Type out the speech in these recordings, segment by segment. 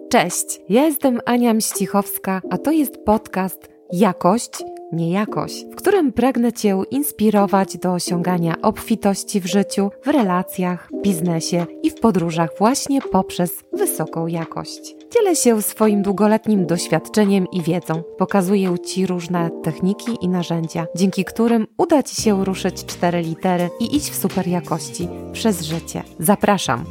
Cześć, ja jestem Ania Mścichowska, a to jest podcast Jakość, nie jakość, w którym pragnę Cię inspirować do osiągania obfitości w życiu, w relacjach, biznesie i w podróżach właśnie poprzez wysoką jakość. Dzielę się swoim długoletnim doświadczeniem i wiedzą. Pokazuję Ci różne techniki i narzędzia, dzięki którym uda Ci się ruszyć 4 litery i iść w super jakości przez życie. Zapraszam!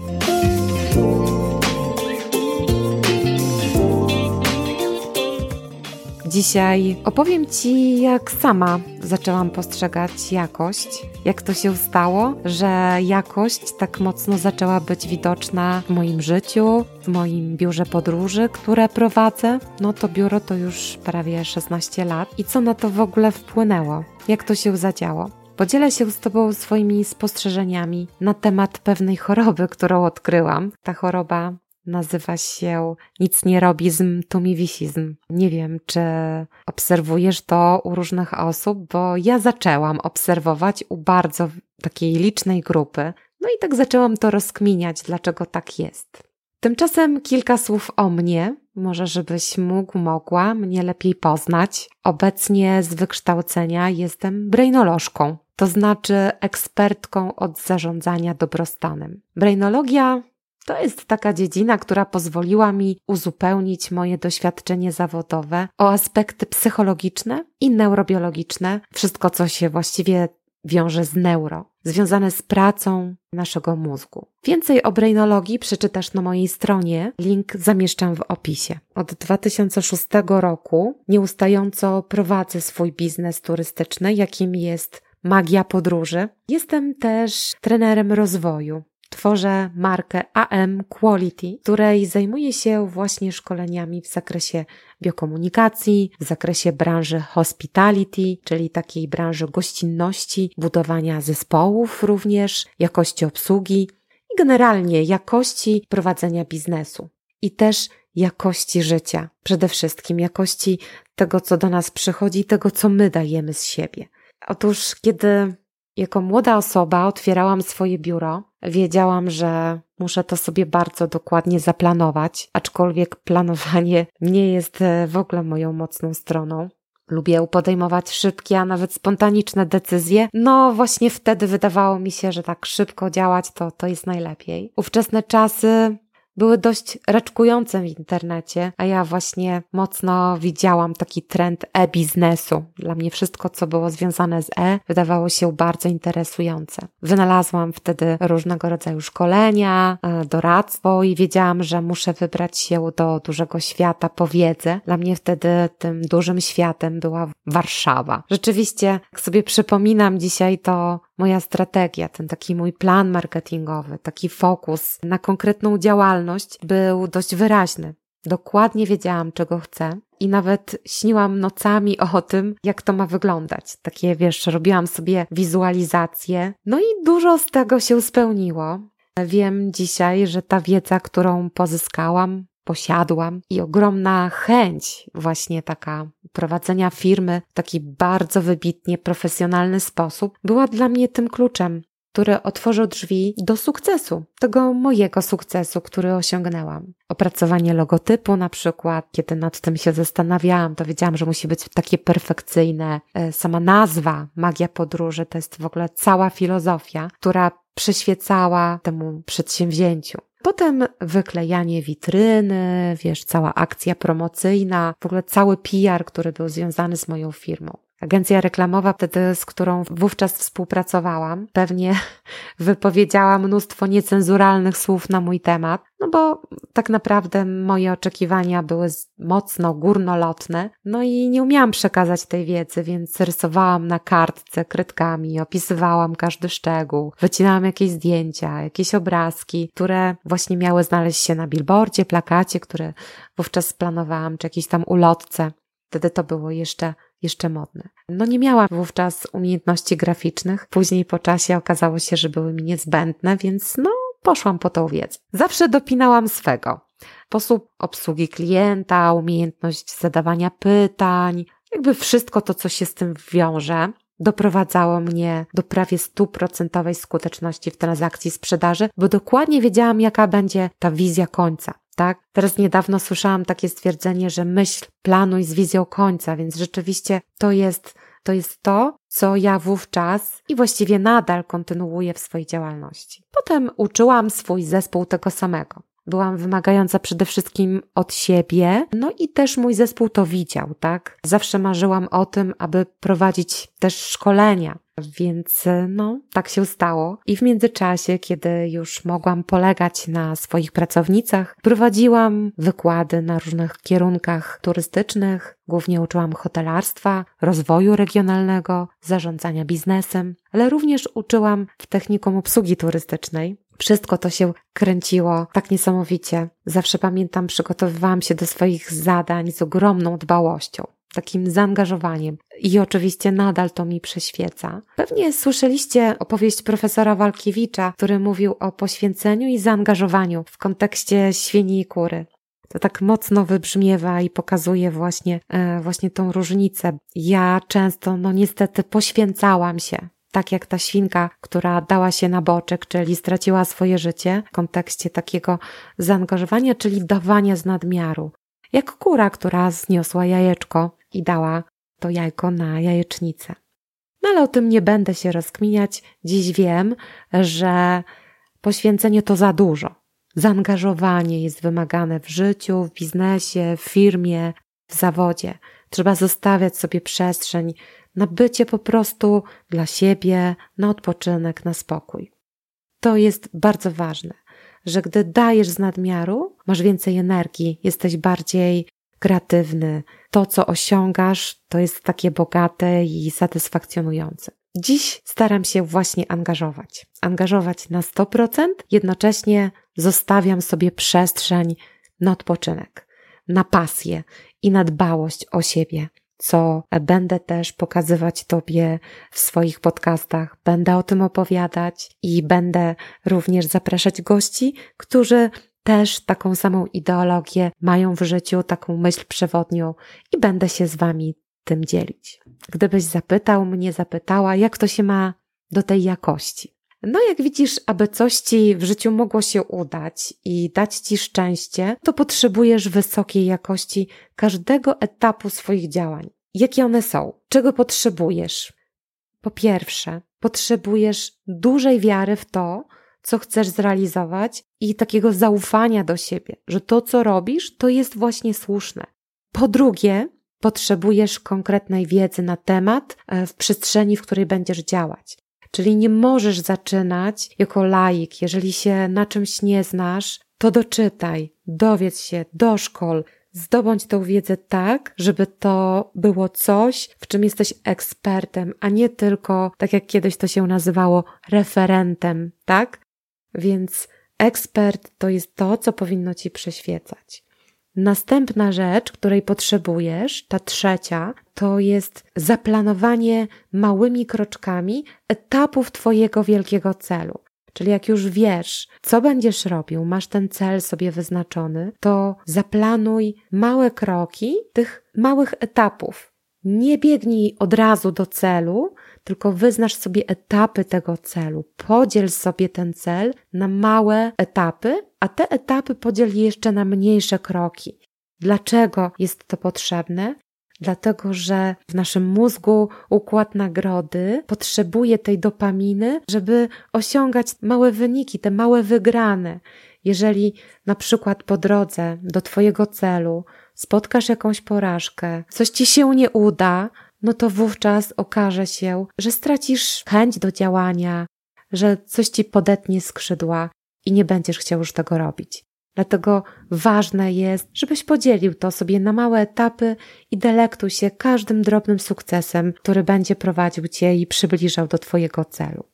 Dzisiaj opowiem Ci, jak sama zaczęłam postrzegać jakość, jak to się stało, że jakość tak mocno zaczęła być widoczna w moim życiu, w moim biurze podróży, które prowadzę. No to biuro to już prawie 16 lat i co na to w ogóle wpłynęło, jak to się zadziało. Podzielę się z Tobą swoimi spostrzeżeniami na temat pewnej choroby, którą odkryłam. Ta choroba nazywa się nicnierobizm, tumiwisizm. Nie wiem, czy obserwujesz to u różnych osób, bo ja zaczęłam obserwować u bardzo takiej licznej grupy. No i tak zaczęłam to rozkminiać, dlaczego tak jest. Tymczasem kilka słów o mnie, może żebyś mogła mnie lepiej poznać. Obecnie z wykształcenia jestem brainolożką, to znaczy ekspertką od zarządzania dobrostanem. Brainologia to jest taka dziedzina, która pozwoliła mi uzupełnić moje doświadczenie zawodowe o aspekty psychologiczne i neurobiologiczne. Wszystko, co się właściwie wiąże z neuro, związane z pracą naszego mózgu. Więcej o brainologii przeczytasz na mojej stronie. Link zamieszczam w opisie. Od 2006 roku nieustająco prowadzę swój biznes turystyczny, jakim jest Magia Podróży. Jestem też trenerem rozwoju. Tworzę markę AM Quality, której zajmuję się właśnie szkoleniami w zakresie biokomunikacji, w zakresie branży hospitality, czyli takiej branży gościnności, budowania zespołów również, jakości obsługi i generalnie jakości prowadzenia biznesu. I też jakości życia, przede wszystkim jakości tego, co do nas przychodzi, tego, co my dajemy z siebie. Otóż, kiedy jako młoda osoba otwierałam swoje biuro, wiedziałam, że muszę to sobie bardzo dokładnie zaplanować, aczkolwiek planowanie nie jest w ogóle moją mocną stroną. Lubię podejmować szybkie, a nawet spontaniczne decyzje. No właśnie wtedy wydawało mi się, że tak szybko działać to jest najlepiej. Ówczesne czasy były dość raczkujące w internecie, a ja właśnie mocno widziałam taki trend e-biznesu. Dla mnie wszystko, co było związane z wydawało się bardzo interesujące. Wynalazłam wtedy różnego rodzaju szkolenia, doradztwo i wiedziałam, że muszę wybrać się do dużego świata po wiedzę. Dla mnie wtedy tym dużym światem była Warszawa. Rzeczywiście, jak sobie przypominam dzisiaj, to moja strategia, ten taki mój plan marketingowy, taki fokus na konkretną działalność był dość wyraźny. Dokładnie wiedziałam, czego chcę i nawet śniłam nocami o tym, jak to ma wyglądać. Takie, robiłam sobie wizualizacje. No i dużo z tego się spełniło. Wiem dzisiaj, że ta wiedza, którą pozyskałam, posiadłam i ogromna chęć właśnie taka prowadzenia firmy w taki bardzo wybitnie profesjonalny sposób była dla mnie tym kluczem, który otworzył drzwi do sukcesu, tego mojego sukcesu, który osiągnęłam. Opracowanie logotypu na przykład, kiedy nad tym się zastanawiałam, to wiedziałam, że musi być takie perfekcyjne. Sama nazwa Magia Podróży to jest w ogóle cała filozofia, która przyświecała temu przedsięwzięciu. Potem wyklejanie witryny, cała akcja promocyjna, w ogóle cały PR, który był związany z moją firmą. Agencja reklamowa wtedy, z którą wówczas współpracowałam, pewnie wypowiedziała mnóstwo niecenzuralnych słów na mój temat, no bo tak naprawdę moje oczekiwania były mocno górnolotne, no i nie umiałam przekazać tej wiedzy, więc rysowałam na kartce kredkami, opisywałam każdy szczegół, wycinałam jakieś zdjęcia, jakieś obrazki, które właśnie miały znaleźć się na billboardzie, plakacie, który wówczas planowałam, czy jakiejś tam ulotce. Wtedy to było jeszcze modne. No nie miałam wówczas umiejętności graficznych. Później po czasie okazało się, że były mi niezbędne, więc poszłam po tą wiedzę. Zawsze dopinałam swego. Sposób obsługi klienta, umiejętność zadawania pytań, wszystko to, co się z tym wiąże. doprowadzało mnie do prawie 100% skuteczności w transakcji sprzedaży, bo dokładnie wiedziałam, jaka będzie ta wizja końca. Tak? Teraz niedawno słyszałam takie stwierdzenie, że myśl, planuj z wizją końca, więc rzeczywiście to jest to, co ja wówczas i właściwie nadal kontynuuję w swojej działalności. Potem uczyłam swój zespół tego samego. Byłam wymagająca przede wszystkim od siebie, no i też mój zespół to widział, tak? Zawsze marzyłam o tym, aby prowadzić też szkolenia, więc tak się stało. I w międzyczasie, kiedy już mogłam polegać na swoich pracownicach, prowadziłam wykłady na różnych kierunkach turystycznych, głównie uczyłam hotelarstwa, rozwoju regionalnego, zarządzania biznesem, ale również uczyłam w technikum obsługi turystycznej. Wszystko to się kręciło tak niesamowicie. Zawsze pamiętam, przygotowywałam się do swoich zadań z ogromną dbałością, takim zaangażowaniem i oczywiście nadal to mi przyświeca. Pewnie słyszeliście opowieść profesora Walkiewicza, który mówił o poświęceniu i zaangażowaniu w kontekście świni i kury. To tak mocno wybrzmiewa i pokazuje właśnie tą różnicę. Ja często, niestety poświęcałam się. Tak jak ta świnka, która dała się na boczek, czyli straciła swoje życie w kontekście takiego zaangażowania, czyli dawania z nadmiaru. Jak kura, która zniosła jajeczko i dała to jajko na jajecznicę. No ale o tym nie będę się rozkminiać. Dziś wiem, że poświęcenie to za dużo. Zaangażowanie jest wymagane w życiu, w biznesie, w firmie, w zawodzie. Trzeba zostawiać sobie przestrzeń na bycie po prostu dla siebie, na odpoczynek, na spokój. To jest bardzo ważne, że gdy dajesz z nadmiaru, masz więcej energii, jesteś bardziej kreatywny. To, co osiągasz, to jest takie bogate i satysfakcjonujące. Dziś staram się właśnie angażować. Angażować na 100%, jednocześnie zostawiam sobie przestrzeń na odpoczynek, na pasję i na dbałość o siebie, co będę też pokazywać Tobie w swoich podcastach. Będę o tym opowiadać i będę również zapraszać gości, którzy też taką samą ideologię mają w życiu, taką myśl przewodnią i będę się z Wami tym dzielić. Gdybyś zapytała, jak to się ma do tej jakości. Jak widzisz, aby coś Ci w życiu mogło się udać i dać Ci szczęście, to potrzebujesz wysokiej jakości każdego etapu swoich działań. Jakie one są? Czego potrzebujesz? Po pierwsze, potrzebujesz dużej wiary w to, co chcesz zrealizować i takiego zaufania do siebie, że to, co robisz, to jest właśnie słuszne. Po drugie, potrzebujesz konkretnej wiedzy na temat w przestrzeni, w której będziesz działać. Czyli nie możesz zaczynać jako laik. Jeżeli się na czymś nie znasz, to doczytaj, dowiedz się, doszkol, zdobądź tą wiedzę tak, żeby to było coś, w czym jesteś ekspertem, a nie tylko, tak jak kiedyś to się nazywało, referentem, tak? Więc ekspert to jest to, co powinno Ci przyświecać. Następna rzecz, której potrzebujesz, ta trzecia, to jest zaplanowanie małymi kroczkami etapów Twojego wielkiego celu. Czyli jak już wiesz, co będziesz robił, masz ten cel sobie wyznaczony, to zaplanuj małe kroki tych małych etapów. Nie biegnij od razu do celu, tylko wyznacz sobie etapy tego celu. Podziel sobie ten cel na małe etapy, a te etapy podziel jeszcze na mniejsze kroki. Dlaczego jest to potrzebne? Dlatego, że w naszym mózgu układ nagrody potrzebuje tej dopaminy, żeby osiągać małe wyniki, te małe wygrane. Jeżeli na przykład po drodze do Twojego celu spotkasz jakąś porażkę, coś Ci się nie uda, no to wówczas okaże się, że stracisz chęć do działania, że coś Ci podetnie skrzydła i nie będziesz chciał już tego robić. Dlatego ważne jest, żebyś podzielił to sobie na małe etapy i delektuj się każdym drobnym sukcesem, który będzie prowadził Cię i przybliżał do Twojego celu.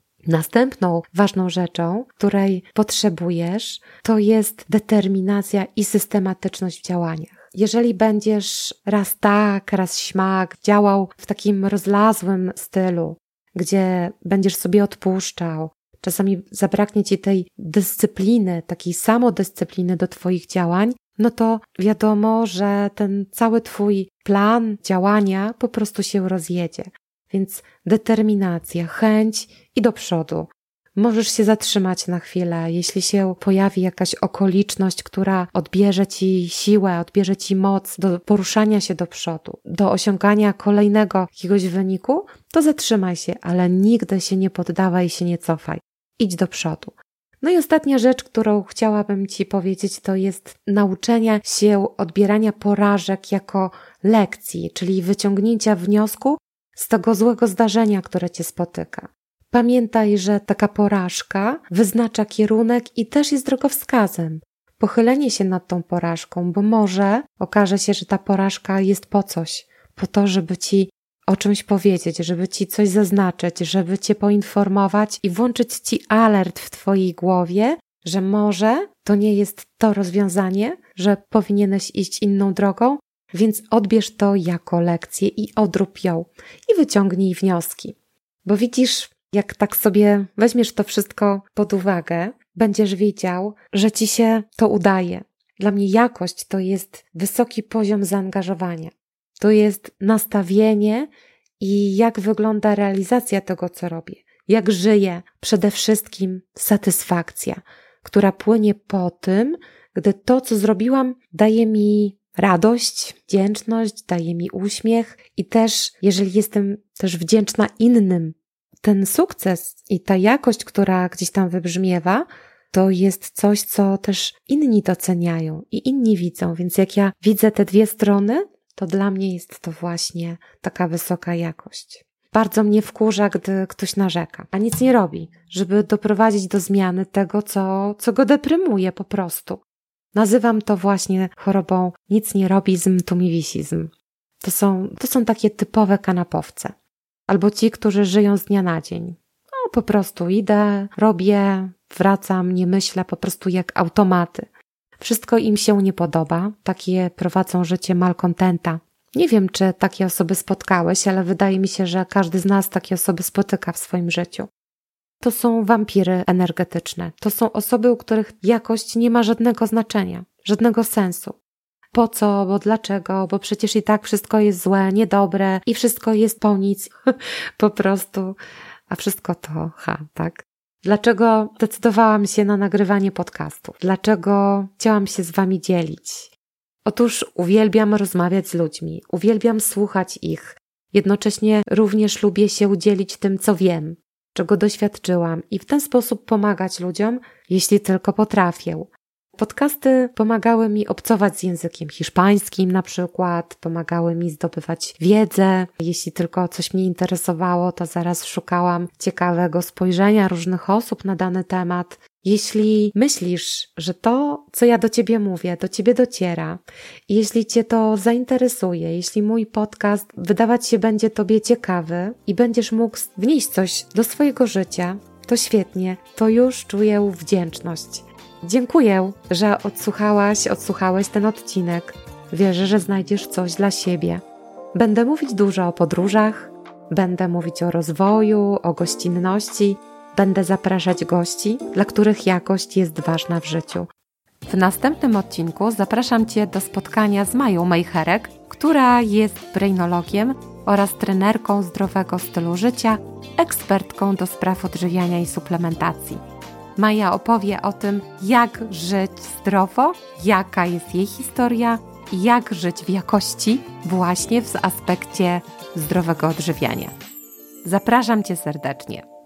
Następną ważną rzeczą, której potrzebujesz, to jest determinacja i systematyczność w działaniach. Jeżeli będziesz raz tak, raz śmak działał w takim rozlazłym stylu, gdzie będziesz sobie odpuszczał, czasami zabraknie Ci tej dyscypliny, takiej samodyscypliny do Twoich działań, no to wiadomo, że ten cały Twój plan działania po prostu się rozjedzie. Więc determinacja, chęć i do przodu. Możesz się zatrzymać na chwilę, jeśli się pojawi jakaś okoliczność, która odbierze Ci siłę, odbierze Ci moc do poruszania się do przodu, do osiągania kolejnego jakiegoś wyniku, to zatrzymaj się, ale nigdy się nie poddawaj i się nie cofaj. Idź do przodu. No i ostatnia rzecz, którą chciałabym Ci powiedzieć, to jest nauczenia się odbierania porażek jako lekcji, czyli wyciągnięcia wniosku z tego złego zdarzenia, które Cię spotyka. Pamiętaj, że taka porażka wyznacza kierunek i też jest drogowskazem. Pochylenie się nad tą porażką, bo może okaże się, że ta porażka jest po coś, po to, żeby Ci o czymś powiedzieć, żeby Ci coś zaznaczyć, żeby Cię poinformować i włączyć Ci alert w Twojej głowie, że może to nie jest to rozwiązanie, że powinieneś iść inną drogą, więc odbierz to jako lekcję i odrób ją i wyciągnij wnioski. Bo widzisz, jak tak sobie weźmiesz to wszystko pod uwagę, będziesz wiedział, że Ci się to udaje. Dla mnie jakość to jest wysoki poziom zaangażowania. To jest nastawienie i jak wygląda realizacja tego, co robię. Jak żyję. Przede wszystkim satysfakcja, która płynie po tym, gdy to, co zrobiłam, daje mi radość, wdzięczność, daje mi uśmiech i też, jeżeli jestem też wdzięczna innym, ten sukces i ta jakość, która gdzieś tam wybrzmiewa, to jest coś, co też inni doceniają i inni widzą. Więc jak ja widzę te dwie strony, to dla mnie jest to właśnie taka wysoka jakość. Bardzo mnie wkurza, gdy ktoś narzeka, a nic nie robi, żeby doprowadzić do zmiany tego, co go deprymuje po prostu. Nazywam to właśnie chorobą nic nie robizm, tumiwisizm. To są takie typowe kanapowce. Albo ci, którzy żyją z dnia na dzień. No, po prostu idę, robię, wracam, nie myślę, po prostu jak automaty. Wszystko im się nie podoba, takie prowadzą życie malkontenta. Nie wiem, czy takie osoby spotkałeś, ale wydaje mi się, że każdy z nas takie osoby spotyka w swoim życiu. To są wampiry energetyczne. To są osoby, u których jakość nie ma żadnego znaczenia, żadnego sensu. Po co, bo dlaczego, bo przecież i tak wszystko jest złe, niedobre i wszystko jest po nic, po prostu, a wszystko to tak? Dlaczego decydowałam się na nagrywanie podcastów? Dlaczego chciałam się z Wami dzielić? Otóż uwielbiam rozmawiać z ludźmi, uwielbiam słuchać ich. Jednocześnie również lubię się dzielić tym, co wiem, czego doświadczyłam i w ten sposób pomagać ludziom, jeśli tylko potrafię. Podcasty pomagały mi obcować z językiem hiszpańskim na przykład, pomagały mi zdobywać wiedzę. Jeśli tylko coś mnie interesowało, to zaraz szukałam ciekawego spojrzenia różnych osób na dany temat. Jeśli myślisz, że to, co ja do Ciebie mówię, do Ciebie dociera, i jeśli Cię to zainteresuje, jeśli mój podcast wydawać się będzie Tobie ciekawy i będziesz mógł wnieść coś do swojego życia, to świetnie, to już czuję wdzięczność. Dziękuję, że odsłuchałeś ten odcinek. Wierzę, że znajdziesz coś dla siebie. Będę mówić dużo o podróżach, będę mówić o rozwoju, o gościnności, będę zapraszać gości, dla których jakość jest ważna w życiu. W następnym odcinku zapraszam Cię do spotkania z Mają Mejcherek, która jest brainologiem oraz trenerką zdrowego stylu życia, ekspertką do spraw odżywiania i suplementacji. Maja opowie o tym, jak żyć zdrowo, jaka jest jej historia i jak żyć w jakości właśnie w aspekcie zdrowego odżywiania. Zapraszam Cię serdecznie.